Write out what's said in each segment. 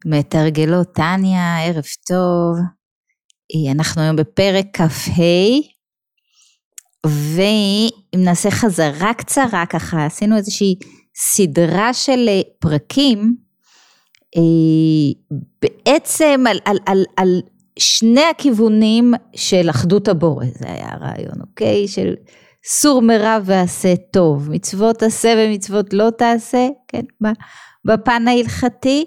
מתרגלות טניה, ערב טוב. אנחנו היום בפרק כ"ה, ואם נעשה חזרה קצרה ככה, עשינו איזושהי סדרה של פרקים, בעצם על שני הכיוונים של אחדות הבורא, זה היה הרעיון, אוקיי? של סור מרע ועשה טוב, מצוות עשה ומצוות לא תעשה, כן? בפן ההלכתי,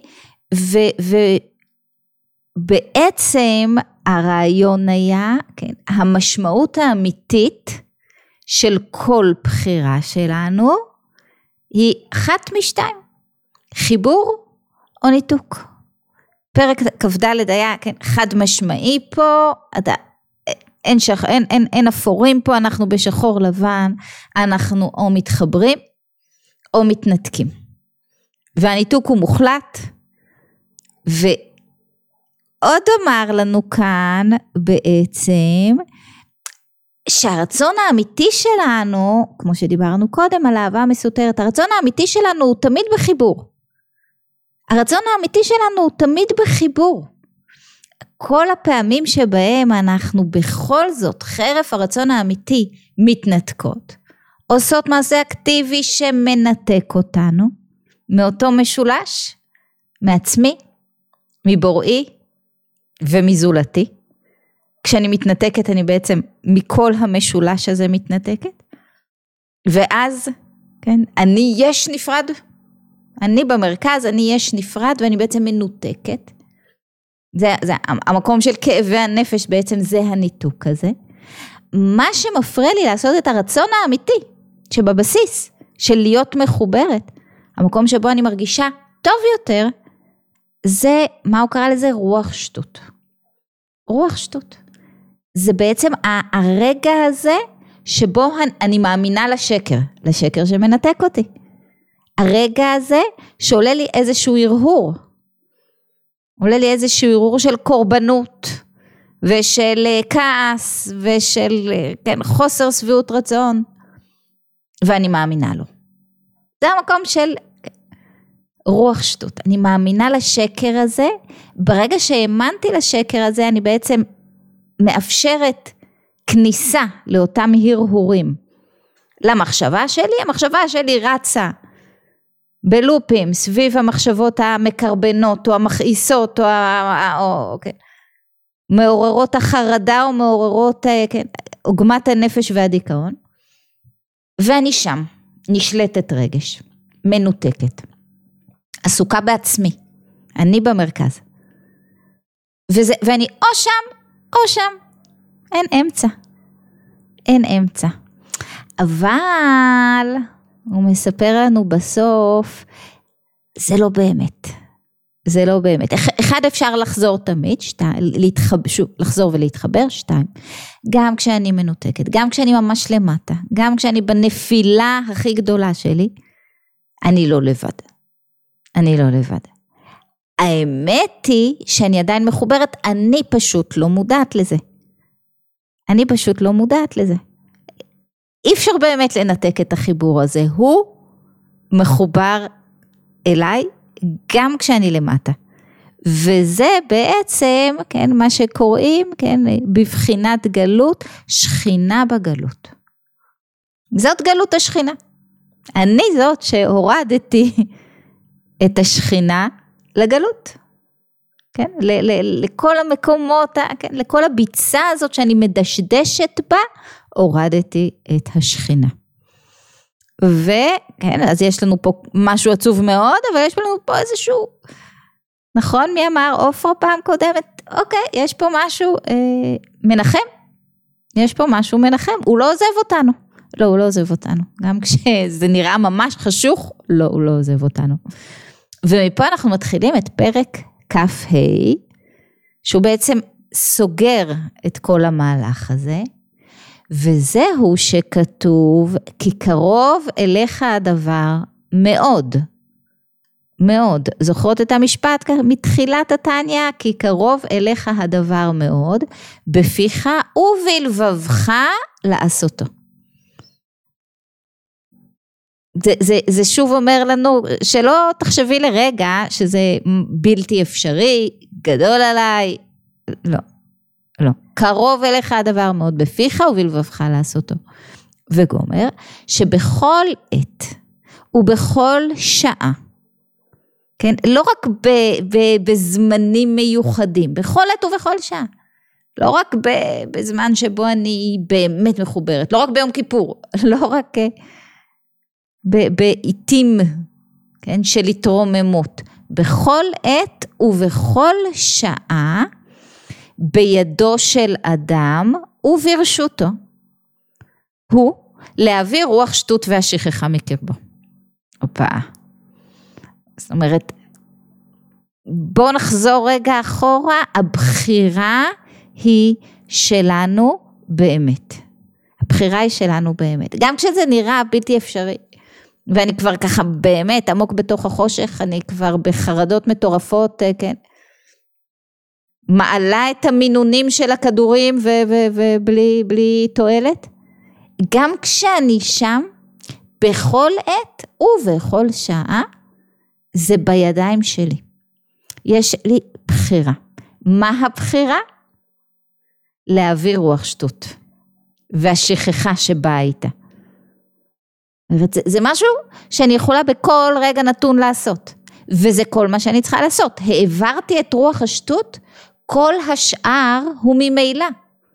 ובעצם הרעיון היה, כן, המשמעות האמיתית של כל בחירה שלנו, היא אחת משתיים, חיבור או ניתוק. פרק כ"ד היה, כן, חד משמעי פה, אין אפורים פה, אנחנו בשחור לבן, אנחנו או מתחברים או מתנתקים. והניתוק הוא מוחלט, ועוד אומר לנו כאן בעצם, שהרצון האמיתי שלנו, כמו שדיברנו קודם על האהבה המסותרת, הרצון האמיתי שלנו הוא תמיד בחיבור. הרצון האמיתי שלנו הוא תמיד בחיבור. כל הפעמים שבהם אנחנו בכל זאת, חרף הרצון האמיתי, מתנתקות, עושות מעשה אקטיבי שמנתק אותנו, מאותו משולש, מעצמי, מבוראי ומזולתי. כשאני מתנתקת, אני בעצם מכל המשולש הזה מתנתקת. ואז, כן, אני יש נפרד, אני במרכז, אני יש נפרד, ואני בעצם מנותקת. זה המקום של כאבי הנפש, בעצם זה הניתוק הזה. מה שמפריע לי לעשות את הרצון האמיתי, שבבסיס, של להיות מחוברת, המקום שבו אני מרגישה טוב יותר, זה, מה הוא קרא לזה? רוח שטות. רוח שטות. זה בעצם הרגע הזה, שבו אני מאמינה לשקר שמנתק אותי. הרגע הזה, שעולה לי איזשהו הרהור. עולה לי איזשהו הרהור של קורבנות, ושל כעס, ושל, כן, חוסר שביעות רצון, ואני מאמינה לו. זה המקום של רוח שטות. אני מאמינה לשקר הזה, ברגע שהאמנתי לשקר הזה, אני בעצם מאפשרת כניסה לאותם הרהורים. למחשבה שלי, המחשבה שלי רצה בלופים, סביב המחשבות המקרבנות, או המכעיסות, כן, מעוררות החרדה, או מעוררות, כן, עוגמת הנפש והדיכאון, ואני שם, נשלטת רגש, מנותקת, עסוקה בעצמי, אני במרכז, ואני או שם, אין אמצע, אין אמצע, אבל הוא מספר לנו בסוף, זה לא באמת, זה לא באמת. אחד, אפשר לחזור תמיד, לחזור ולהתחבר, 2, גם כשאני מנותקת, גם כשאני ממש למטה, גם כשאני בנפילה הכי גדולה שלי, אני לא לבד. אני לא לבד. האמת היא שאני עדיין מחוברת, אני פשוט לא מודעת לזה. אני פשוט לא מודעת לזה. אי אפשר באמת לנתק את החיבור הזה, הוא מחובר אליי גם כשאני למטה. וזה בעצם, כן, מה שקוראים, כן, בבחינת גלות, שכינה בגלות. זאת גלות השכינה. אני זאת שהורדתי את השכינה לגלות. כן, לכל המקומות, כן, לכל הביצה הזאת שאני מדשדשת בה, הורדתי את השכינה. וכן, אז יש לנו פה משהו עצוב מאוד, אבל יש לנו פה איזשהו, נכון, מי אמר, עופרה פעם קודמת, אוקיי, יש פה משהו מנחם, יש פה משהו מנחם, הוא לא עוזב אותנו, לא, הוא לא עוזב אותנו, גם כשזה נראה ממש חשוך, לא, הוא לא עוזב אותנו. ומפה אנחנו מתחילים את פרק כ"ה, שהוא בעצם סוגר את כל המהלך הזה, וזהו שכתוב, כי קרוב אליך הדבר מאוד, מאוד. זוכרות את המשפט מתחילת התניה, כי קרוב אליך הדבר מאוד, בפיך ובלבבך לעשותו. זה שוב אומר לנו, שלא תחשבי לרגע, שזה בלתי אפשרי, גדול עליי, לא, לא, קרוב אליך הדבר מאוד בפיך ובלבבך לעשותו, וגומר, שבכל עת, ובכל שעה, כן, לא רק בזמנים מיוחדים, בכל עת ובכל שעה, לא רק בזמן שבו אני באמת מחוברת, לא רק ביום כיפור, לא רק בעיתים, כן, של התרוממות, בכל עת ובכל שעה, בידו של אדם וברשותו, הוא להעביר רוח שטות והשכחה מקרבו. הופעה. זאת אומרת, בואו נחזור רגע אחורה, הבחירה היא שלנו באמת. הבחירה היא שלנו באמת. גם כשזה נראה בלתי אפשרי, ואני כבר ככה באמת עמוק בתוך החושך, אני כבר בחרדות מטורפות, כן? מעלה את המינונים של הכדורים ובלי תועלת. גם כשאני שם, בכל עת ובכל שעה, זה בידיים שלי. יש לי בחירה. מה הבחירה? להעביר רוח שטות. והשכחה שבאה איתה. זה משהו שאני יכולה בכל רגע נתון לעשות. וזה כל מה שאני צריכה לעשות. העברתי את רוח השטות, כל השאר הוא ממילא.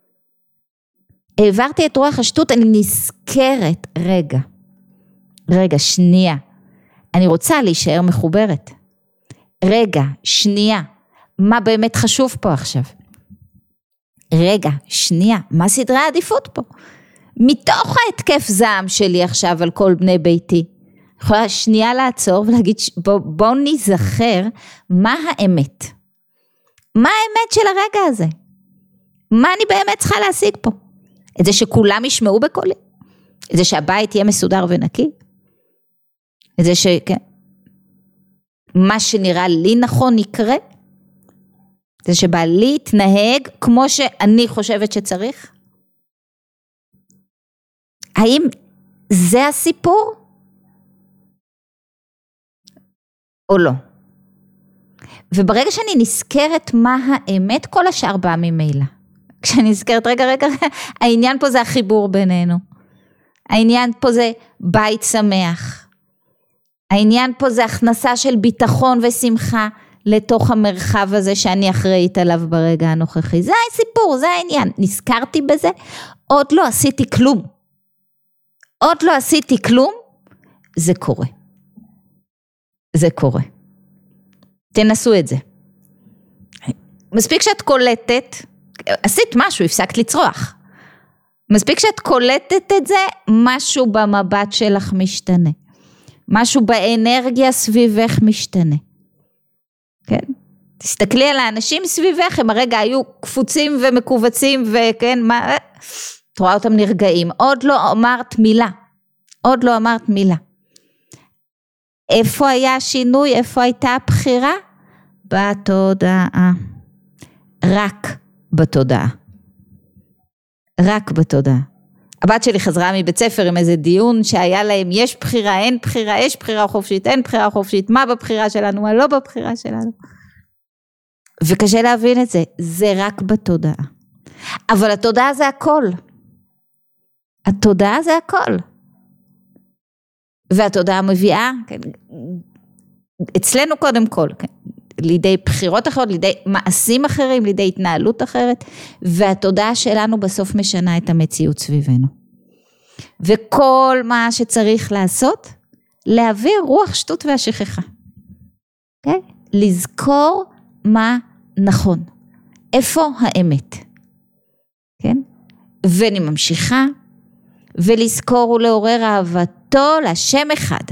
העברתי את רוח השטות, אני נזכרת, רגע, שנייה. אני רוצה להישאר מחוברת. רגע, שנייה. מה באמת חשוב פה עכשיו? רגע, שנייה. מה סדרי העדיפות פה? מתוך ההתקף זעם שלי עכשיו על כל בני ביתי. יכולה שנייה לעצור ולהגיד, בואו נזכר מה האמת. מה האמת של הרגע הזה? מה אני באמת צריכה להשיג פה? את זה שכולם ישמעו בקולי? את זה שהבית יהיה מסודר ונקי? את זה מה שנראה לי נכון יקרה? את זה שבעלי יתנהג כמו שאני חושבת שצריך? האם זה הסיפור? או לא? וברגע שאני נזכרת מה האמת, כל השאר בא ממילא. כשאני נזכרת, רגע, העניין פה זה החיבור בינינו. העניין פה זה בית שמח. העניין פה זה הכנסה של ביטחון ושמחה לתוך המרחב הזה שאני אחראית עליו ברגע הנוכחי. זה הסיפור, זה העניין. נזכרתי בזה, עוד לא עשיתי כלום. זה קורה. זה קורה. תנסו את זה. מספיק שאת קולטת, עשית משהו, הפסקת לצרוח. מספיק שאת קולטת את זה, משהו במבט שלך משתנה. משהו באנרגיה סביבך משתנה. כן? תסתכלי על האנשים סביבך, הם הרגע היו קפוצים ומקובצים, וכן, מה, את רואה אותם נרגעים. עוד לא אמרת מילה. איפה היה השינוי? איפה הייתה הבחירה? בתודעה. רק בתודעה. הבת שלי חזרה מבית ספר עם איזה דיון שהיה להם, יש בחירה, אין בחירה, יש בחירה חופשית, אין בחירה חופשית, מה בבחירה שלנו, מה לא בבחירה שלנו. וקשה להבין את זה, זה רק בתודעה. אבל התודעה זה הכל. והתודעה מביאה, כן, אצלנו קודם כל, כן, לידי בחירות אחרות, לידי מעשים אחרים, לידי התנהלות אחרת, והתודעה שלנו בסוף משנה את המציאות סביבנו. וכל מה שצריך לעשות, להעביר רוח שטות והשכחה. כן? לזכור מה נכון. איפה האמת. כן? ואני ממשיכה, ולזכור ולעורר אהבתו לשם אחד.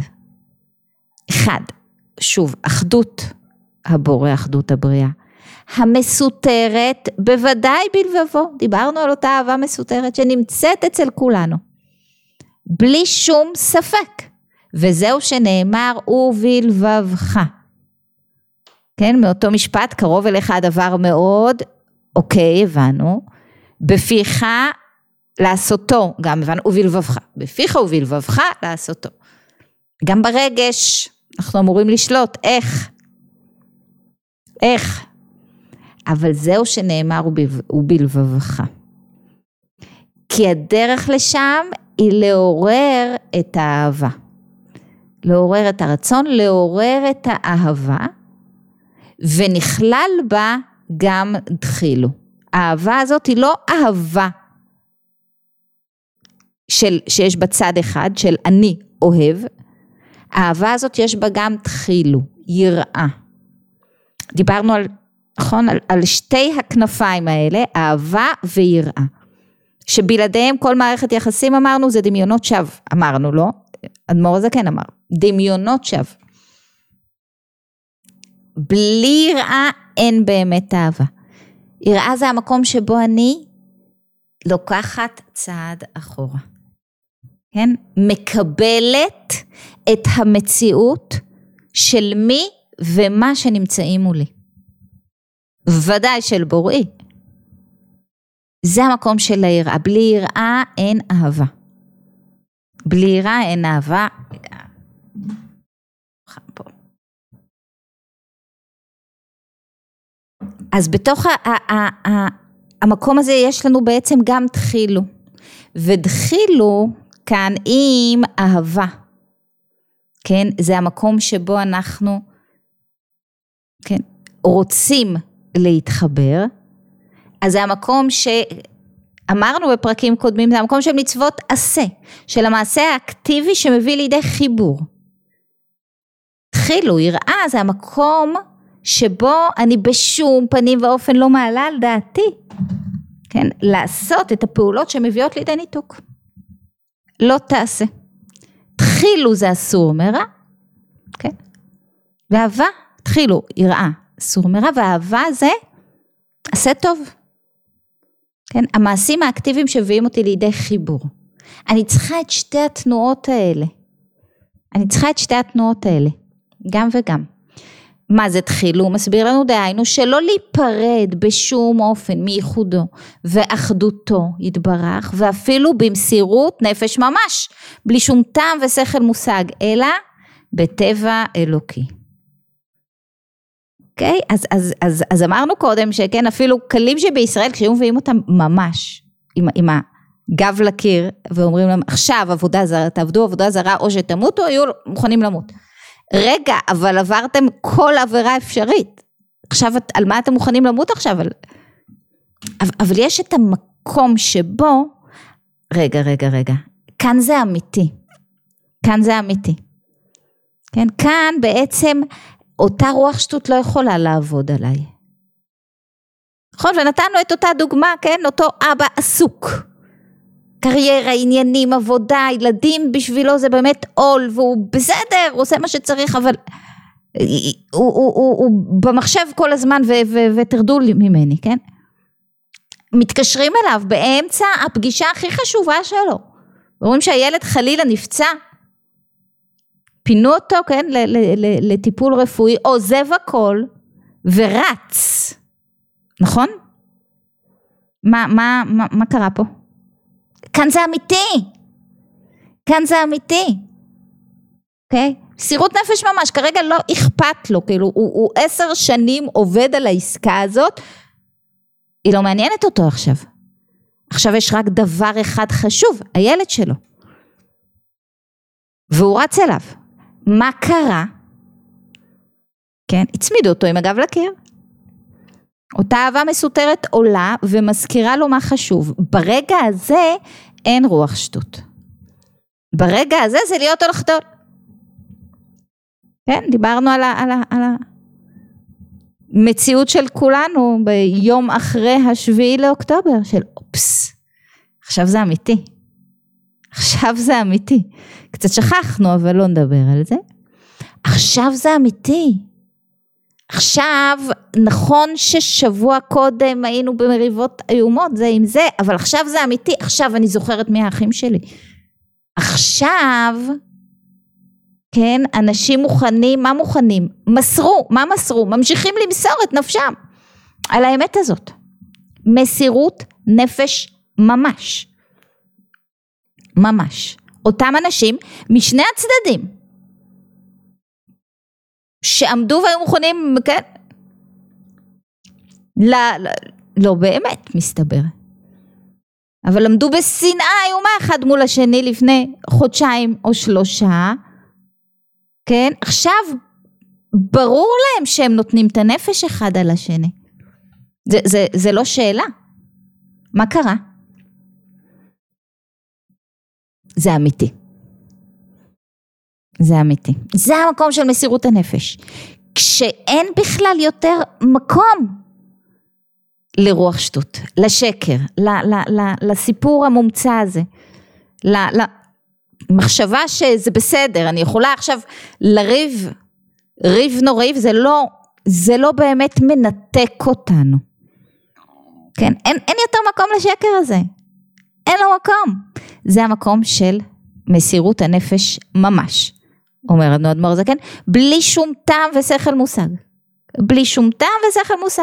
שוב, אחדות הבורא, אחדות הבריאה. המסותרת, בוודאי בלבבו. דיברנו על אותה אהבה מסותרת שנמצאת אצל כולנו. בלי שום ספק. וזהו שנאמר, ובלבבך. כן, מאותו משפט, קרוב אליך הדבר מאוד, אוקיי, הבנו. בפיך לעשותו, גם הבנו, ובלבבך. בפיך ובלבבך לעשותו. גם ברגש, אנחנו אמורים לשלוט, איך? אבל זהו שנאמר ובלבבך. כי הדרך לשם היא לעורר את האהבה. לעורר את הרצון, לעורר את האהבה, ונכלל בה גם דחילו. האהבה הזאת היא לא אהבה שיש בצד אחד, של אני אוהב, האהבה הזאת יש בה גם דחילו, יראה. דיברנו על שתי הכנפיים האלה, אהבה ויראה. שבלעדיהם כל מערכת יחסים אמרנו, זה דמיונות שווא, אמרנו לא? אדמו"ר הזה כן אמר, דמיונות שווא. בלי יראה אין באמת אהבה. יראה זה המקום שבו אני לוקחת צעד אחורה. כן? מקבלת את המציאות של מי ומה שנמצאים מולי. ודאי של בוראי. זה המקום של היראה. בלי יראה אין אהבה. בלי יראה אין אהבה. אז בתוך המקום הזה יש לנו בעצם גם דחילו. ודחילו כאן עם אהבה. כן? זה המקום שבו אנחנו כן, רוצים להתחבר. אז זה המקום שאמרנו בפרקים קודמים, זה המקום של מצוות עשה, של המעשה האקטיבי שמביא לידי חיבור. דחילו, יראה, זה המקום שבו אני בשום פנים ואופן לא מעלה על דעתי, כן, לעשות את הפעולות שמביאות לידי ניתוק. לא תעשה. דחילו זה אסור מרע, כן, ואהבה, דחילו, יראה, אסור מרע, ואהבה זה עשה טוב. כן, המעשים האקטיביים שמביאים אותי לידי חיבור. אני צריכה את שתי התנועות האלה. גם וגם. מה זה דחילו? הוא מסביר לנו דהיינו שלא להיפרד בשום אופן מייחודו ואחדותו יתברך, ואפילו במסירות נפש ממש, בלי שום טעם ושכל מושג, אלא בטבע אלוקי. אוקיי? אז אמרנו קודם שכן, אפילו קלים שבישראל, כשהם מביאים אותם ממש, עם הגב לקיר, ואומרים להם, עכשיו עבודה זרה, תעבדו עבודה זרה, או שתמותו, היו מוכנים למות. רגע, אבל עברתם כל עבירה אפשרית. עכשיו, על מה אתם מוכנים למות עכשיו? אבל יש את המקום שבו, רגע. כאן זה אמיתי. כן, כאן בעצם, אותה רוח שטות לא יכולה לעבוד עליי. נכון, ונתנו את אותה דוגמה, כן, אותו אבא עסוק. קריירה, עניינים, עבודה, ילדים בשבילו זה באמת עול, והוא בסדר, הוא עושה מה שצריך, אבל הוא במחשב כל הזמן, ותרדו ממני, כן? מתקשרים אליו באמצע הפגישה הכי חשובה שלו, ואומרים שהילד חלילה נפצע, פינו אותו, כן, לטיפול רפואי, עוזב הכל, ורץ, נכון? מה קרה פה? כאן זה אמיתי, אוקיי? מסירות נפש ממש, כרגע לא אכפת לו, כאילו הוא 10 שנים עובד על העסקה הזאת, היא לא מעניינת אותו עכשיו. עכשיו יש רק דבר אחד חשוב, הילד שלו. והוא רץ אליו. מה קרה? כן, הצמידו אותו עם הגב לקיר. אותה אהבה מסותרת עולה ומזכירה לו מה חשוב. ברגע הזה אין רוח שטות. ברגע הזה זה להיות או לחדול. כן, דיברנו על המציאות של כולנו ביום אחרי 7 לאוקטובר, של אופס, עכשיו זה אמיתי. קצת שכחנו, אבל לא נדבר על זה. עכשיו זה אמיתי. עכשיו, נכון ששבוע קודם היינו במריבות איומות זה עם זה, אבל עכשיו זה אמיתי, עכשיו אני זוכרת מי האחים שלי. עכשיו, כן, אנשים מוכנים, מה מוכנים? מסרו? ממשיכים למסור את נפשם על האמת הזאת. מסירות נפש ממש. אותם אנשים משני הצדדים, שעמדו והיו מוכנים, כן? לא באמת מסתבר. אבל עמדו בשנאה איומה אחד מול השני לפני חודשיים או 3, כן? עכשיו ברור להם שהם נותנים את הנפש אחד על השני. זה לא שאלה. מה קרה? זה אמיתי. זה אמיתי. זה המקום של מסירות הנפש. כשאין בכלל יותר מקום לרוח שטות, לשקר, לסיפור המומצא הזה, למחשבה שזה בסדר, אני יכולה עכשיו לריב, ריב נוריב, זה לא באמת מנתק אותנו. כן, אין יותר מקום לשקר הזה. אין לו מקום. זה המקום של מסירות הנפש ממש. אומר לנו אדמו"ר זקן, בלי שום טעם ושכל מושג. בלי שום טעם ושכל מושג.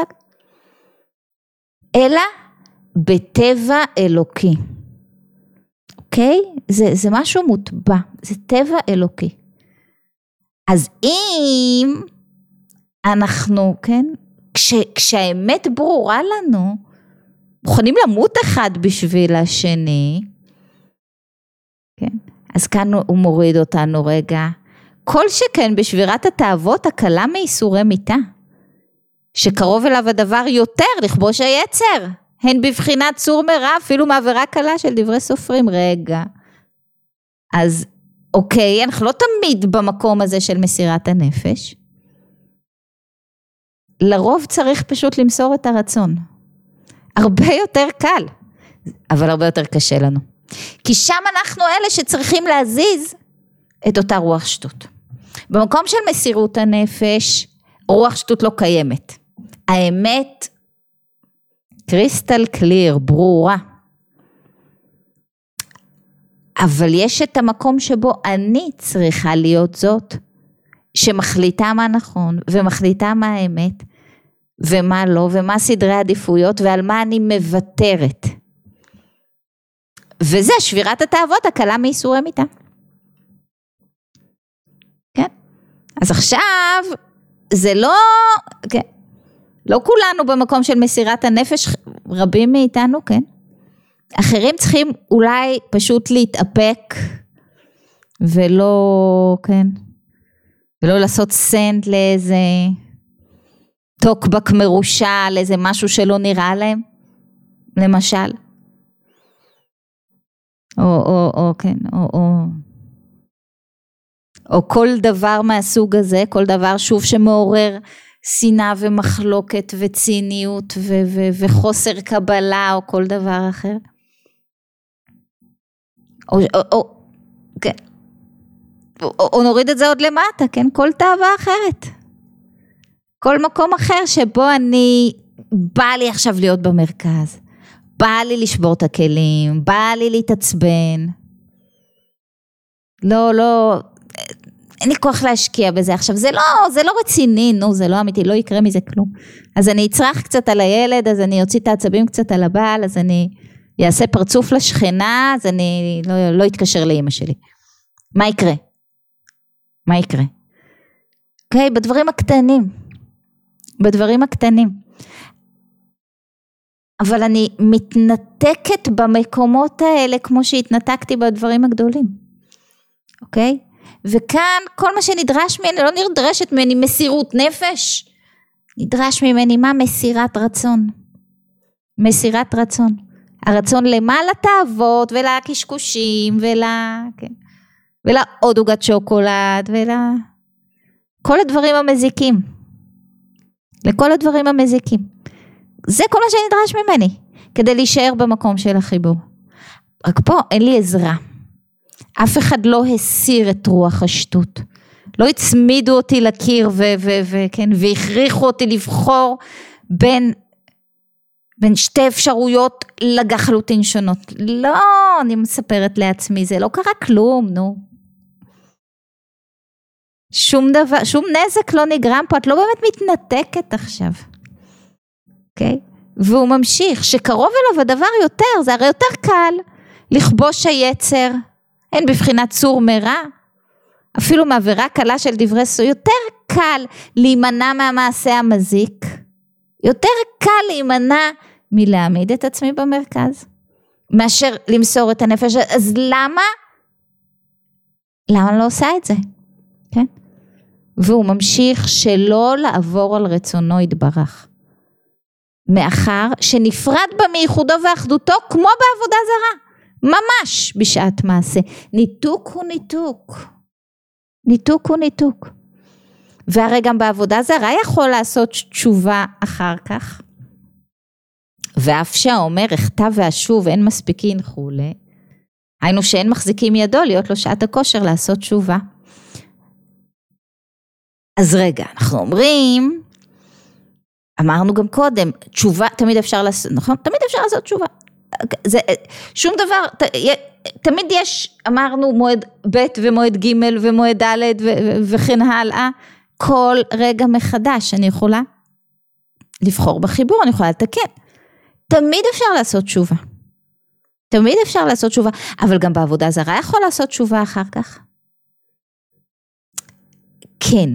אלא בטבע אלוקי. אוקיי? זה משהו מוטבע. זה טבע אלוקי. אז אם אנחנו, כן? כשהאמת ברורה לנו, מוכנים למות אחד בשביל השני, כן? אז כאן הוא מוריד אותנו רגע, כל שכן בשבירת התאוות הקלה מייסורי מיתה, שקרוב אליו הדבר יותר לכבוש היצר, הן בבחינת צור מרע, אפילו מעבירה קלה של דברי סופרים, רגע, אז אוקיי, אנחנו לא תמיד במקום הזה של מסירת הנפש, לרוב צריך פשוט למסור את הרצון, הרבה יותר קל, אבל הרבה יותר קשה לנו. כי שם אנחנו אלה שצריכים להזיז את אותה רוח שטות. במקום של מסירות הנפש, רוח שטות לא קיימת. האמת, קריסטל קליר, ברורה. אבל יש את המקום שבו אני צריכה להיות זאת, שמחליטה מה נכון, ומחליטה מה האמת, ומה לא, ומה סדרי העדיפויות, ועל מה אני מוותרת. וזה שבירת התאוות הקלה מייסורי מיתה. כן? אז עכשיו, זה לא, כן, לא כולנו במקום של מסירת הנפש, רבים מאיתנו, כן? אחרים צריכים אולי פשוט להתאפק, ולא, כן, ולא לעשות סנד לאיזה טוקבק מרושע, לאיזה משהו שלא נראה להם, למשל. כן, או כל דבר מהסוג הזה, כל דבר שוב שמעורר שנאה ומחלוקת וציניות וחוסר קבלה או כל דבר אחר. כן. או נוריד את זה עוד למטה, כן? כל תאווה אחרת. כל מקום אחר שבו בא לי עכשיו להיות במרכז. בא לי לשבור את הכלים, בא לי להתעצבן. לא, אין לי כוח להשקיע בזה. עכשיו, זה לא רציני, זה לא אמיתי, לא יקרה מזה כלום. אז אני אצרח קצת על הילד, אז אני אוציא את העצבים קצת על הבעל, אז אני אעשה פרצוף לשכנה, אז אני לא אתקשר לאמא שלי. מה יקרה? מה יקרה? אוקיי, בדברים הקטנים. אבל אני מתנתקת במקומות האלה, כמו שהתנתקתי בדברים הגדולים. אוקיי? וכאן כל מה שנדרש ממני, לא נדרשת ממני מסירות נפש, נדרש ממני מה? מסירת רצון. מסירת רצון. הרצון למה? לתאוות ולקשקושים ולעוד עוגת שוקולד כל הדברים המזיקים. לכל הדברים המזיקים. זה כל מה שנדרש ממני, כדי להישאר במקום של החיבור. רק פה אין לי עזרה. אף אחד לא הסיר את רוח השטות. לא הצמידו אותי לקיר וכן, והכריחו אותי לבחור בין שתי אפשרויות לחלוטין שונות. לא, אני מספרת לעצמי, זה לא קרה כלום, נו. שום דבר, שום נזק לא נגרם פה, את לא באמת מתנתקת עכשיו. אוקיי? והוא ממשיך, שקרוב אליו הדבר יותר, זה הרי יותר קל לכבוש היצר, אין בבחינת צור מרע, אפילו מעבירה קלה של דברי סוד, יותר קל להימנע מהמעשה המזיק, יותר קל להימנע מלהעמיד את עצמי במרכז, מאשר למסור את הנפש. אז למה אני לא עושה את זה? כן? והוא ממשיך שלא לעבור על רצונו יתברך, מאחר שנפרד בה מייחודו ואחדותו, כמו בעבודה זרה, ממש בשעת מעשה. ניתוק הוא ניתוק. ניתוק הוא ניתוק. והרי גם בעבודה זרה יכול לעשות תשובה אחר כך. ואף שהאומר אחטא ואשוב אין מספיקין וכולי, היינו שאין מחזיקים ידו להיות לו שעת הכושר לעשות תשובה. אז רגע, אנחנו אומרים, אמרנו גם קודם, תשובה תמיד אפשר לעשות, נכון? תמיד אפשר לעשות תשובה. זה, שום דבר, תמיד יש, אמרנו מועד ב' ומועד ג' ומועד ד' וכן הלאה, כל רגע מחדש אני יכולה לבחור בחיבור, אני יכולה לתקן. תמיד אפשר לעשות תשובה. תמיד אפשר לעשות תשובה, אבל גם בעבודה זרה יכול לעשות תשובה אחר כך. כן,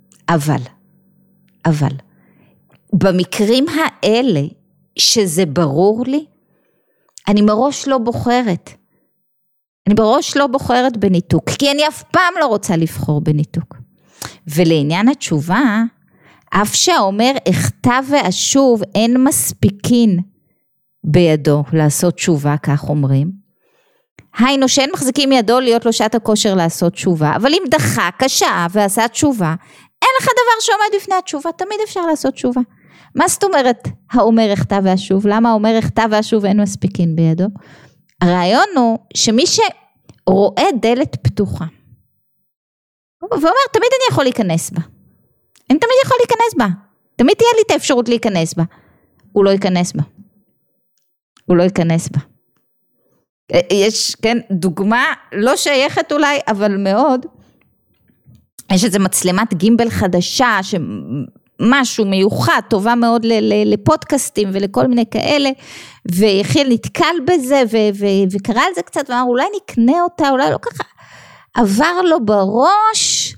אבל, במקרים האלה, שזה ברור לי, אני מראש לא בוחרת. אני מראש לא בוחרת בניתוק, כי אני אף פעם לא רוצה לבחור בניתוק. ולעניין התשובה, אף שהאומר אחטא ואשוב אין מספיקין בידו לעשות תשובה, כך אומרים. היינו שאין מחזיקים ידו להיות לו שעת הכושר לעשות תשובה, אבל אם דחק השעה ועשה תשובה, אין לך דבר שעומד בפני התשובה, תמיד אפשר לעשות תשובה. מה זאת אומרת האומר אחטא ואשוב? למה האומר אחטא ואשוב אין מספיקין בידו? הרעיון הוא שמי שרואה דלת פתוחה, ואומר תמיד אני יכול להיכנס בה, אני תמיד יכול להיכנס בה, תמיד תהיה לי את האפשרות להיכנס בה, הוא לא ייכנס בה, הוא לא ייכנס בה. יש, כן, דוגמה לא שייכת אולי, אבל מאוד, יש איזו מצלמת גימבל חדשה, שמשהו מיוחד, טובה מאוד לפודקאסטים ולכל מיני כאלה, ויחיל נתקל בזה, וקרא על זה קצת, ואמר אולי נקנה אותה, אולי לא ככה, עבר לו בראש,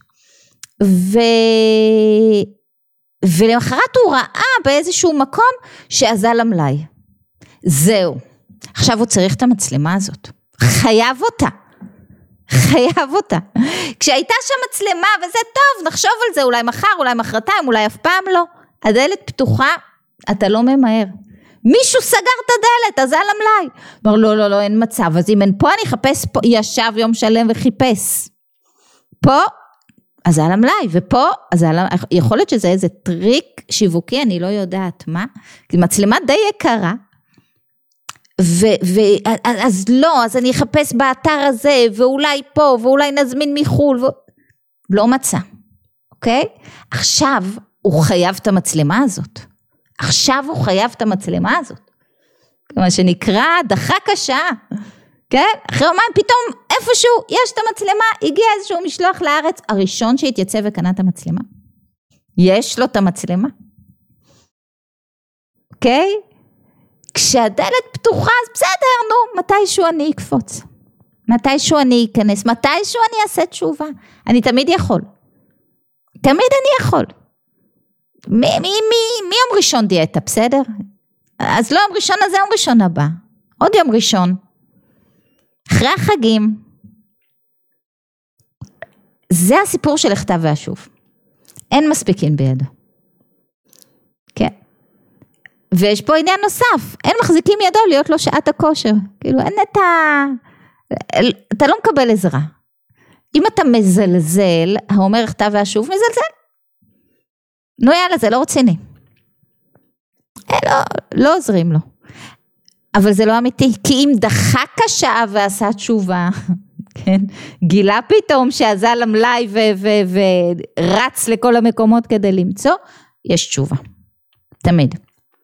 ולמחרת הוא ראה באיזשהו מקום, שאזל המלאי. זהו. עכשיו הוא צריך את המצלמה הזאת. חייב אותה. כשהייתה שם מצלמה, וזה טוב, נחשוב על זה, אולי מחר, אולי מחרתיים, אולי אף פעם לא. הדלת פתוחה, אתה לא ממהר. מישהו סגר את הדלת, אז על המלאי. אמר, לא, אין מצב. אז אם אין פה, אני אחפש פה. ישב יום שלם וחיפש. פה, אז על המלאי, ופה, אז יכול להיות שזה איזה טריק שיווקי, אני לא יודעת מה. מצלמה די יקרה, אז לא, אז אני אחפש באתר הזה, ואולי פה, ואולי נזמין מחול, לא מצא, אוקיי? עכשיו הוא חייב את המצלמה הזאת, מה שנקרא דחק השעה, כן? אחרי יומיים פתאום איפשהו יש את המצלמה, הגיע איזשהו משלוח לארץ, הראשון שהתייצב וקנה את המצלמה, יש לו את המצלמה, אוקיי? כשהדלת פתוחה, אז בסדר, נו, מתישהו אני אקפוץ, מתישהו אני אכנס, מתישהו אני אעשה תשובה, אני תמיד יכול, מי יום ראשון דיאטה, בסדר? אז לא יום ראשון הזה, יום ראשון הבא, עוד יום ראשון, אחרי החגים, זה הסיפור של אחטא ואשוב, אין מספיקין בידו, כן? ויש פה עניין נוסף, אין מחזיקים ידו להיות לו שעת הכושר, כאילו אין אתה לא מקבל עזרה, אם אתה מזלזל, האומר אחטא ואשוב מזלזל, נו יאללה זה לא רציני, לא עוזרים לו, אבל זה לא אמיתי, כי אם דחק השעה ועשה תשובה, כן, גילה פתאום שאזל המלאי ורץ לכל המקומות כדי למצוא, יש תשובה, תמיד.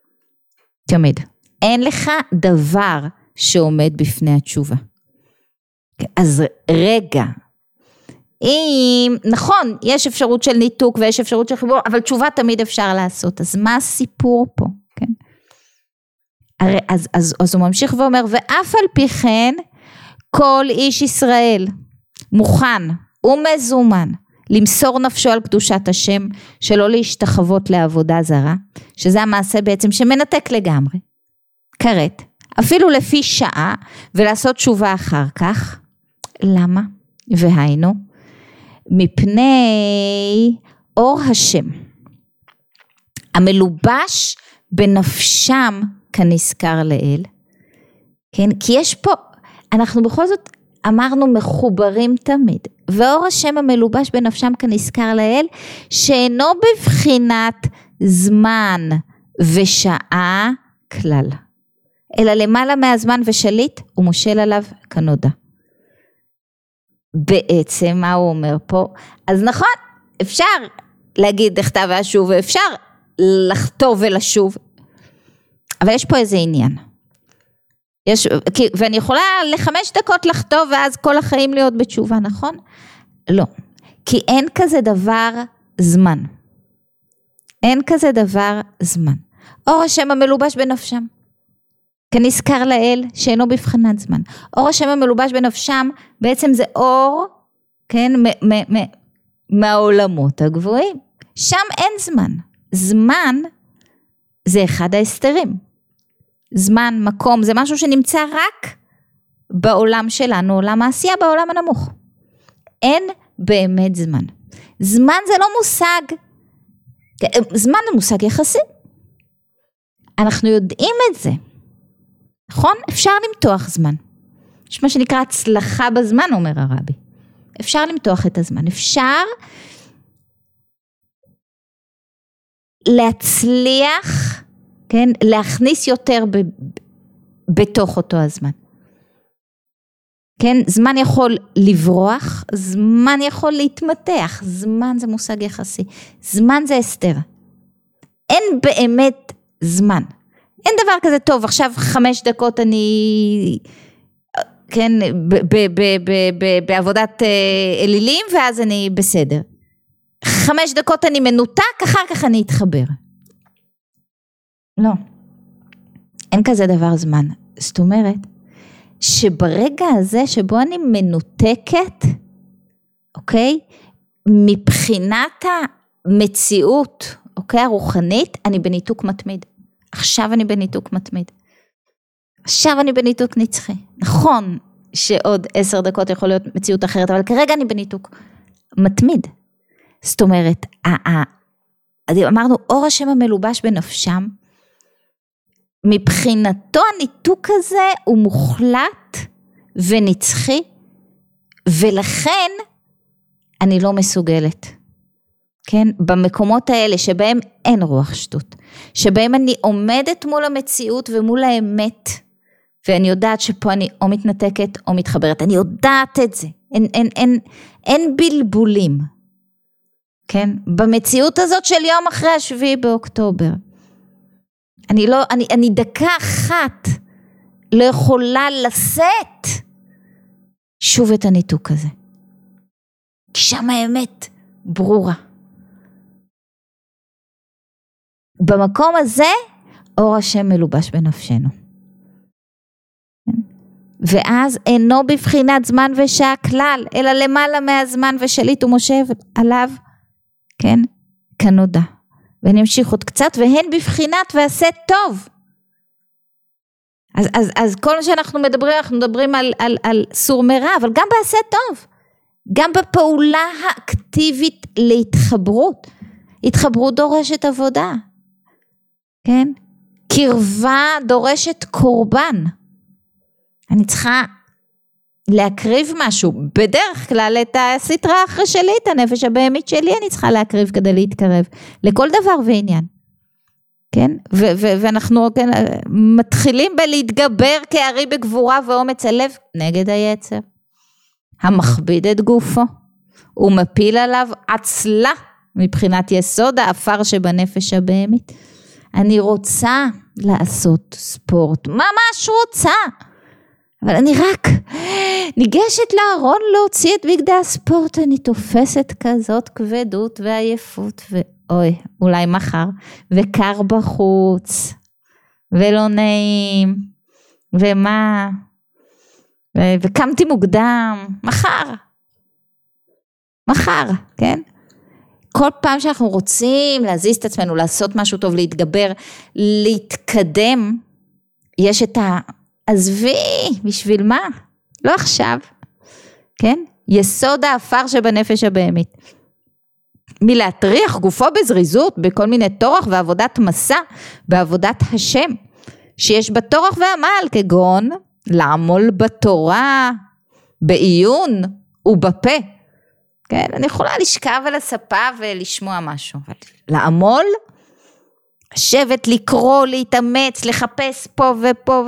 אין לך דבר שעומד בפני התשובה. אז רגע, אם, נכון, יש אפשרות של ניתוק ויש אפשרות של חיבור, אבל תשובה תמיד אפשר לעשות, אז מה הסיפור פה? כן? הרי, אז הוא ממשיך ואומר, ואף על פי כן, כל איש ישראל מוכן ומזומן, למסור נפשו על קדושת השם, שלא להשתחוות לעבודה זרה, שזה המעשה בעצם שמנתק לגמרי, כרת, אפילו לפי שעה, ולעשות תשובה אחר כך. למה? והיינו, מפני אור השם, המלובש בנפשם כנזכר לאל, כן? כי יש פה, אנחנו בכל זאת אמרנו מחוברים תמיד, ואור השם המלובש בנפשם כנזכר לאל, שאינו בבחינת זמן ושעה כלל, אלא למעלה מהזמן ושליט, ומושל עליו כנודע. בעצם מה הוא אומר פה? אז נכון, אפשר להגיד לכתב ואשוב, ואפשר לכתוב ולשוב, אבל יש פה איזה עניין. ואני יכולה ל5 דקות לכתוב, ואז כל החיים להיות בתשובה, נכון? לא, כי אין כזה דבר זמן. אין כזה דבר זמן. אור השם המלובש בנפשם, כנזכר לאל שאינו בבחינת זמן. אור השם המלובש בנפשם, בעצם זה אור, כן, מהעולמות הגבוהים. שם אין זמן. זמן זה אחד ההסתרים. זמן, מקום, זה משהו שנמצא רק בעולם שלנו, עולם העשייה, בעולם הנמוך. אין באמת זמן. זמן זה לא מושג, זמן זה מושג יחסי. אנחנו יודעים את זה. נכון? אפשר למתוח זמן. יש מה שנקרא הצלחה בזמן, אומר הרבי. אפשר למתוח את הזמן. אפשר להצליח, כן? להכניס יותר בתוך אותו הזמן. כן? זמן יכול לברוח, זמן יכול להתמתח. זמן זה מושג יחסי. זמן זה הסתר. אין באמת זמן. אין דבר כזה טוב, עכשיו 5 דקות אני, כן, בעבודת אלילים, ואז אני בסדר. 5 דקות אני מנותק, אחר כך אני אתחבר. לא, אין כזה דבר זמן. זאת אומרת, שברגע הזה שבו אני מנותקת, אוקיי, מבחינת המציאות, אוקיי, הרוחנית, אני בניתוק מתמיד. עכשיו אני בניתוק מתמיד. עכשיו אני בניתוק נצחי. נכון שעוד 10 דקות יכול להיות מציאות אחרת, אבל כרגע אני בניתוק מתמיד. זאת אומרת, אמרנו, אור השם המלובש בנפשם, מבחינתו הניתוק הזה הוא מוחלט ונצחי, ולכן אני לא מסוגלת. כן? במקומות האלה שבהם אין רוח שטות, שבהם אני עומדת מול המציאות ומול האמת, ואני יודעת שפה אני או מתנתקת או מתחברת, אני יודעת את זה, אין בלבולים, כן? במציאות הזאת של יום אחרי 7 באוקטובר, אני דקה אחת לא יכולה לשאת שוב את הניתוק הזה, כי שם האמת ברורה. במקום הזה, אור השם מלובש בנפשנו. ואז אינו בבחינת זמן ושעה כלל, אלא למעלה מהזמן ושליט ומושב עליו, כן, כנודע. ואני אמשיך עוד קצת, והן בבחינת ועשה טוב. אז כל מה שאנחנו מדברים, אנחנו מדברים על סור מרע, אבל גם בעשה טוב. גם בפעולה האקטיבית להתחברות. התחברות דורשת עבודה. כן? קרבה דורשת קורבן. אני צריכה להקריב משהו. בדרך כלל את הסטרה האחרי שלי, את הנפש הבהמית שלי, אני צריכה להקריב כדי להתקרב. לכל דבר ועניין. כן? ואנחנו כן, מתחילים בלהתגבר כארי בגבורה ואומץ הלב נגד היצר. המכביד את גופו. הוא מפיל עליו עצלה מבחינת יסוד האפר שבנפש הבהמית. אני רוצה לעשות ספורט, ממש רוצה, אבל אני רק ניגשת לארון להוציא את בגדי הספורט, אני תופסת כזאת כבדות ועייפות, ואוי, אולי מחר, וקר בחוץ, ולא נעים, ומה, וקמתי מוקדם, מחר, מחר, כן? כל פעם שאנחנו רוצים להזיז את עצמנו, לעשות משהו טוב, להתגבר, להתקדם, יש את עזבי, בשביל מה? לא עכשיו, כן? יסוד האפר שבנפש הבהמית. מלהטריח גופו בזריזות, בכל מיני תורח ועבודת מסע, בעבודת השם, שיש בה תורח ועמל, כגון לעמול בתורה, בעיון ובפה. כן? אני יכולה לשכב על הספה ולשמוע משהו, אבל לעמול, לשבת, לקרוא, להתאמץ, לחפש פה ופה,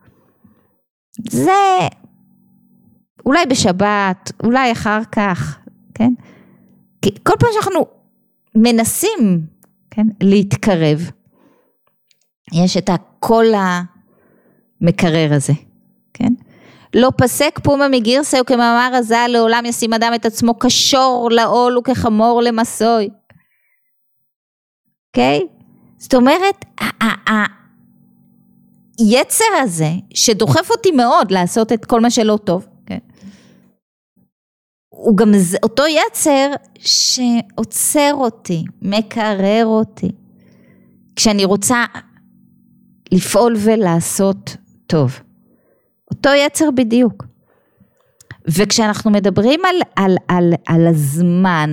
זה אולי בשבת, אולי אחר כך, כן? כי כל פעם שאנחנו מנסים, כן, להתקרב, יש את הקול המקרר הזה, כן? לא פסק פומה מגירסה, וכמאמר הזל, לעולם ישים אדם את עצמו כשור לעול וכחמור למסוי. אוקיי? זאת אומרת, היצר הזה, שדוחף אותי מאוד לעשות את כל מה שלא טוב, כן? הוא גם אותו יצר שעוצר אותי, מקרר אותי, כשאני רוצה לפעול ולעשות טוב. אותו יצר בדיוק. וכשאנחנו מדברים על הזמן,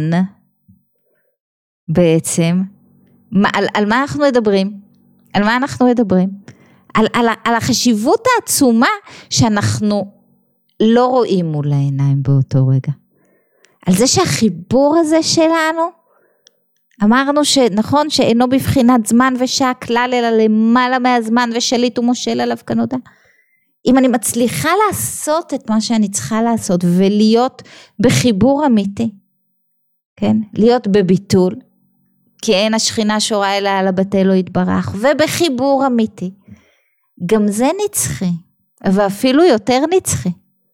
בעצם, על מה אנחנו מדברים? על מה אנחנו מדברים? על החשיבות העצומה שאנחנו לא רואים מול העיניים באותו רגע. על זה שהחיבור הזה שלנו, אמרנו שנכון שאינו בבחינת זמן ושעה כלל, אלא למעלה מהזמן ושליט ומושל עליו כנודע. אם אני מצליחה לעשות את מה שאני צריכה לעשות, ולהיות בחיבור אמיתי, כן? להיות בביטול, כי אין השכינה שורה אלא על הבתי לא יתברך, ובחיבור אמיתי, גם זה נצחי, ואפילו יותר נצחי.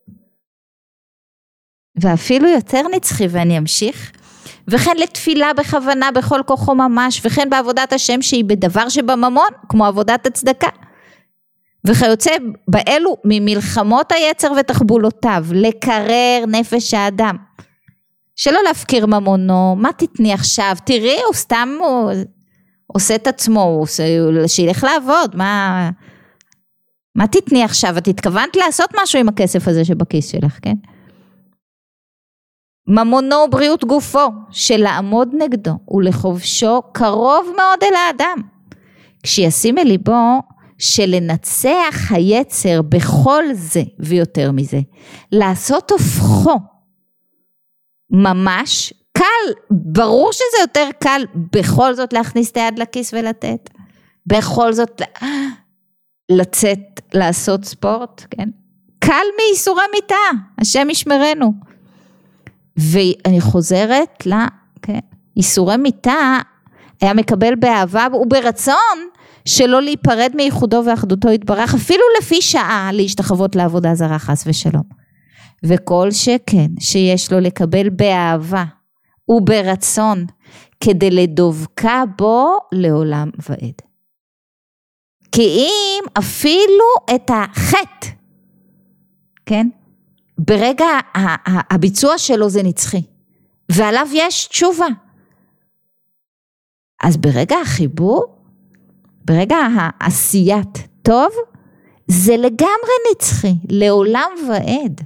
ואפילו יותר נצחי, ואני אמשיך, וכן לתפילה בכוונה בכל כוחו ממש, וכן בעבודת השם שהיא בדבר שבממון, כמו עבודת הצדקה. וכיוצא באלו ממלחמות היצר ותחבולותיו, לקרר נפש האדם. שלא להפקיר ממונו, מה תתני עכשיו? תראי, הוא סתם עושה את עצמו, שילך לעבוד, מה תתני עכשיו? את התכוונת לעשות משהו עם הכסף הזה שבכיס שלך, כן? ממונו בריאות גופו, שלעמוד נגדו ולחובשו קרוב מאוד אל האדם. כשישים אל ליבו שלנצח היצר בכל זה ויותר מזה, לעשות הופכו ממש קל, ברור שזה יותר קל בכל זאת להכניס את היד לכיס ולתת, בכל זאת לצאת לעשות ספורט, כן? קל מייסורי מיטה, השם ישמרנו. ואני חוזרת כן? ייסורי מיטה היה מקבל באהבה וברצון שלא להיפרד מייחודו ואחדותו יתברך, אפילו לפי שעה להשתחוות לעבודה זרה חס ושלום. וכל שכן שיש לו לקבל באהבה וברצון, כדי לדובקה בו לעולם ועד. כי אם אפילו את החטא, כן? ברגע הביצוע שלו זה נצחי, ועליו יש תשובה. אז ברגע החיבור, ברגע העשיית טוב, זה לגמרי נצחי, לעולם ועד.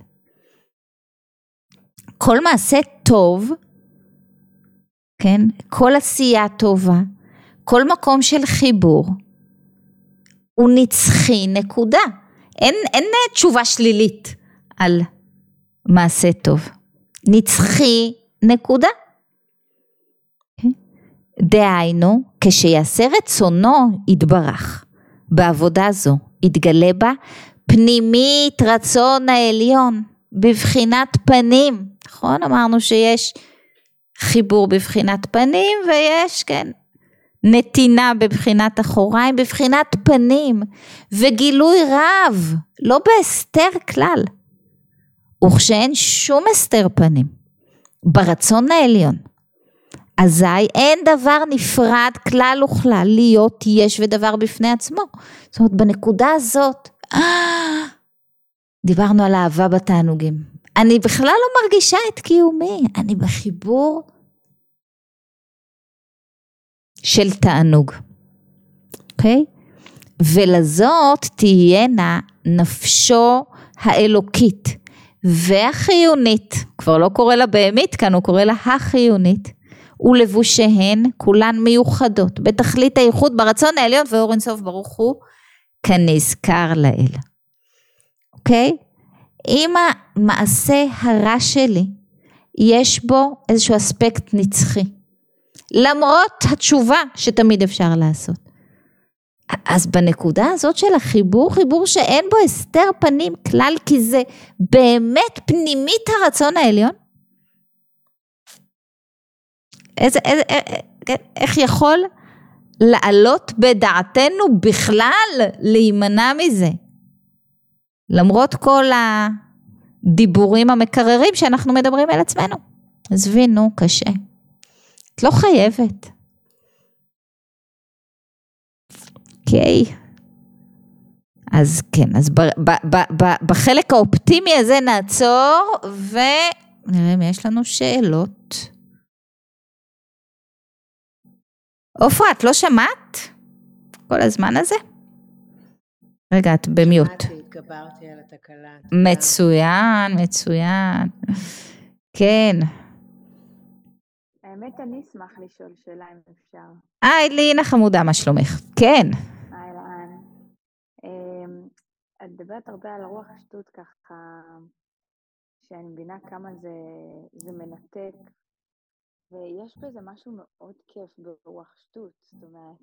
כל מעשה טוב, כן, כל עשייה טובה, כל מקום של חיבור, הוא נצחי, נקודה. אין תשובה שלילית על מעשה טוב. נצחי, נקודה. דהיינו, כשיעשה רצונו יתברך, בעבודה זו יתגלה בה פנימית רצון העליון, בבחינת פנים, נכון? אמרנו שיש חיבור בבחינת פנים, ויש, כן, נתינה בבחינת אחוריים, בבחינת פנים, וגילוי רב, לא בהסתר כלל, וכשאין שום הסתר פנים, ברצון העליון, אזי אין דבר נפרד כלל וכלל להיות יש ודבר בפני עצמו. זאת אומרת, בנקודה הזאת, דיברנו על אהבה בתענוגים, אני בכלל לא מרגישה את קיומי, אני בחיבור של תענוג, אוקיי? ולזאת תהיינה נפשו האלוקית והחיונית, כבר לא קורא לה בהמית כאן, הוא קורא לה החיונית, ולבושיהן כולן מיוחדות, בתכלית הייחוד ברצון העליון ואור אינסוף ברוך הוא, כנזכר לאל. אוקיי? אם המעשה הרע שלי, יש בו איזשהו אספקט נצחי, למרות התשובה שתמיד אפשר לעשות. אז בנקודה הזאת של החיבור, חיבור שאין בו הסתר פנים כלל, כי זה באמת פנימית הרצון העליון. איך יכול לעלות בדעתנו בכלל להימנע מזה? למרות כל הדיבורים המקררים שאנחנו מדברים על עצמנו. עזבי, נו, קשה. את לא חייבת. אוקיי. אז כן, אז בחלק האופטימי הזה נעצור, ונראה אם יש לנו שאלות. אופרה, את לא שמעת? כל הזמן הזה? רגע, את במיוט. התגברתי על התקלה. מצוין, מצוין. כן. האמת, אני אשמח לשאול שאלה אם אפשר. לינה חמודה, מה שלומך? כן. אהלן. את מדברת הרבה על רוח שטות ככה, שאני מבינה כמה זה מנתק, ויש בזה משהו מאוד כיף ברוח שטות, זאת אומרת,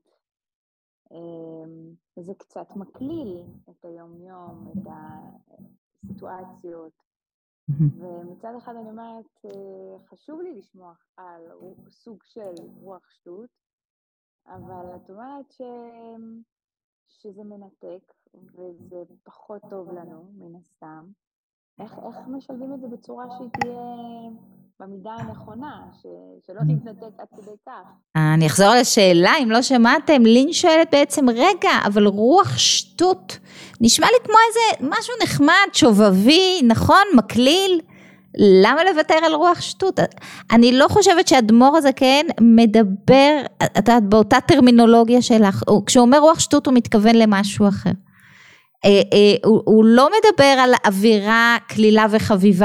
זה קצת מקליל את היום-יום, את הסיטואציות, ומצד אחד אני אומרת, חשוב לי לשמוע על סוג של רוח שטות, אבל את אומרת שזה מנתק, וזה פחות טוב לנו, מן הסתם. איך משלבים את זה בצורה שהיא תהיה במידה הנכונה, שלא תתנתק עד כדי כך? אני אחזור על השאלה, אם לא שמעתם, לין שואלת בעצם, רגע, אבל רוח שטות, נשמע לי כמו איזה משהו נחמד, שובבי, נכון, מקליל, למה לוותר על רוח שטות? אני לא חושבת שהאדמו"ר הזה כן מדבר, את יודעת, באותה טרמינולוגיה שלך, כשהוא אומר רוח שטות הוא מתכוון למשהו אחר. הוא לא מדבר על אווירה כלילה וחביבה,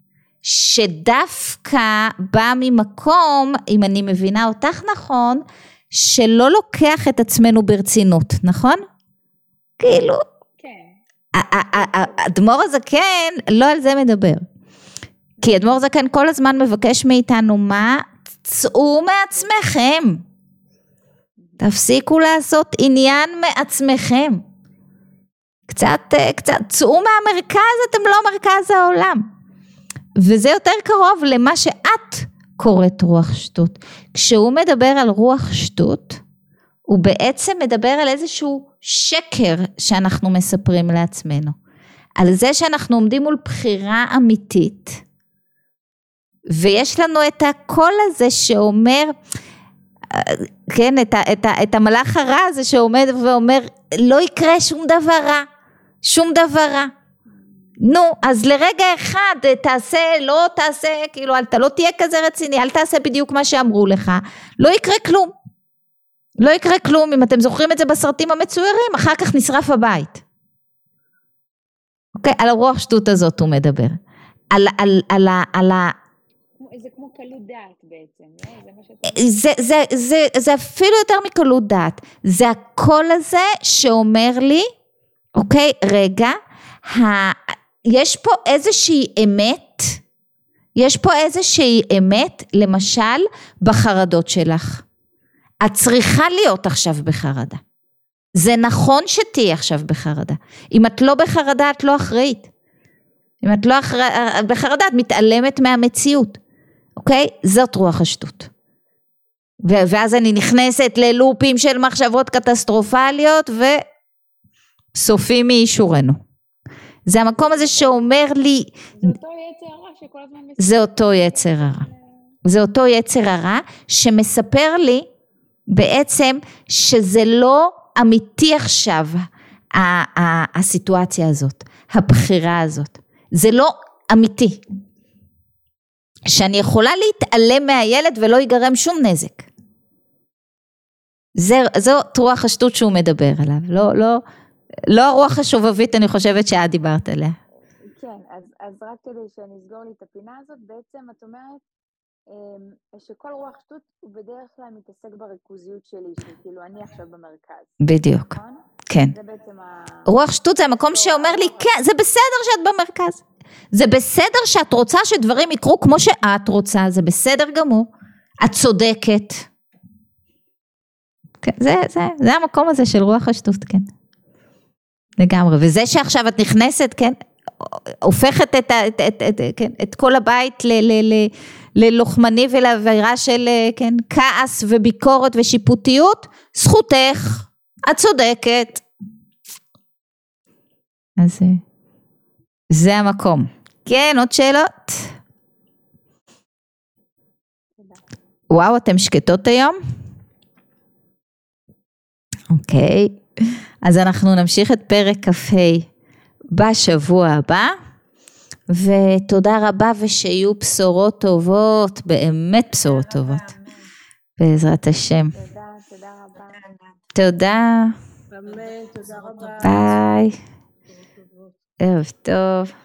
שדווקא בא ממקום, אם אני מבינה אותך נכון, שלא לוקח את עצמנו ברצינות, נכון? כאילו, כן. האדמו"ר הזה כן, לא על זה מדבר. כי אדמו"ר הזה כן כל הזמן מבקש מאיתנו, מה? צאו מעצמכם. תפסיקו לעשות עניין מעצמכם. קצת, צאו מהמרכז, אתם לא מרכז העולם. וזה יותר קרוב למה שאת קוראת רוח שטות. כשהוא מדבר על רוח שטות, הוא בעצם מדבר על איזשהו שקר שאנחנו מספרים לעצמנו. על זה שאנחנו עומדים מול בחירה אמיתית, ויש לנו את הקול הזה שאומר, כן, את המלאך הרע הזה שעומד ואומר, לא יקרה שום דבר רע, שום דבר רע. נו, אז לרגע אחד תעשה, לא תעשה, כאילו, אתה לא תהיה כזה רציני, אל תעשה בדיוק מה שאמרו לך, לא יקרה כלום. לא יקרה כלום, אם אתם זוכרים את זה בסרטים המצוירים, אחר כך נשרף הבית. אוקיי, על הרוח שטות הזאת הוא מדבר. זה כמו קלות דעת בעצם, זה אפילו יותר מקלות דעת, זה הקול הזה שאומר לי, אוקיי, רגע, יש פה איזושהי אמת, יש פה איזושהי אמת, למשל, בחרדות שלך. את צריכה להיות עכשיו בחרדה. זה נכון שתהיה עכשיו בחרדה. אם את לא בחרדה, את לא אחראית. אם את לא בחרדה, את מתעלמת מהמציאות. אוקיי? זאת רוח השטות. ואז אני נכנסת ללופים של מחשבות קטסטרופליות, וסופים מאישורנו. זה המקום הזה שאומר לי, זה אותו יצר הרע שכל הזמן מספר. זה אותו יצר הרע. זה אותו יצר הרע שמספר לי בעצם שזה לא אמיתי עכשיו, הסיטואציה הזאת, הבחירה הזאת. זה לא אמיתי. שאני יכולה להתעלם מהילד ולא ייגרם שום נזק. זאת רוח השטות שהוא מדבר עליו, לא הרוח השובבית אני חושבת שאת דיברת עליה. כן, אז רק כדי שנסגור לי את הפינה הזאת, בעצם את אומרת שכל רוח שטות הוא בדרך כלל מתעסק בריכוזיות שלי, שכאילו אני עכשיו במרכז. בדיוק, נכון? כן. זה בעצם רוח שטות זה המקום שאומר לי, כן, זה בסדר שאת במרכז. זה בסדר שאת רוצה שדברים יקרו כמו שאת רוצה, זה בסדר גמור. את צודקת. כן, זה המקום הזה של רוח השטות, כן. לגמרי. וזה שעכשיו את נכנסת, כן, הופכת את כל הבית ללוחמני ולאווירה של, כן, כעס וביקורת ושיפוטיות, זכותך, את צודקת. אז זה המקום. כן, עוד שאלות? וואו, אתם שקטות היום? אוקיי. אז אנחנו נמשיך את פרק כ"ה בשבוע הבא, ותודה רבה ושיהיו בשורות טובות, באמת בשורות טובות. בעזרת השם. תודה רבה. תודה. באמת, תודה רבה. ביי. ערב טוב.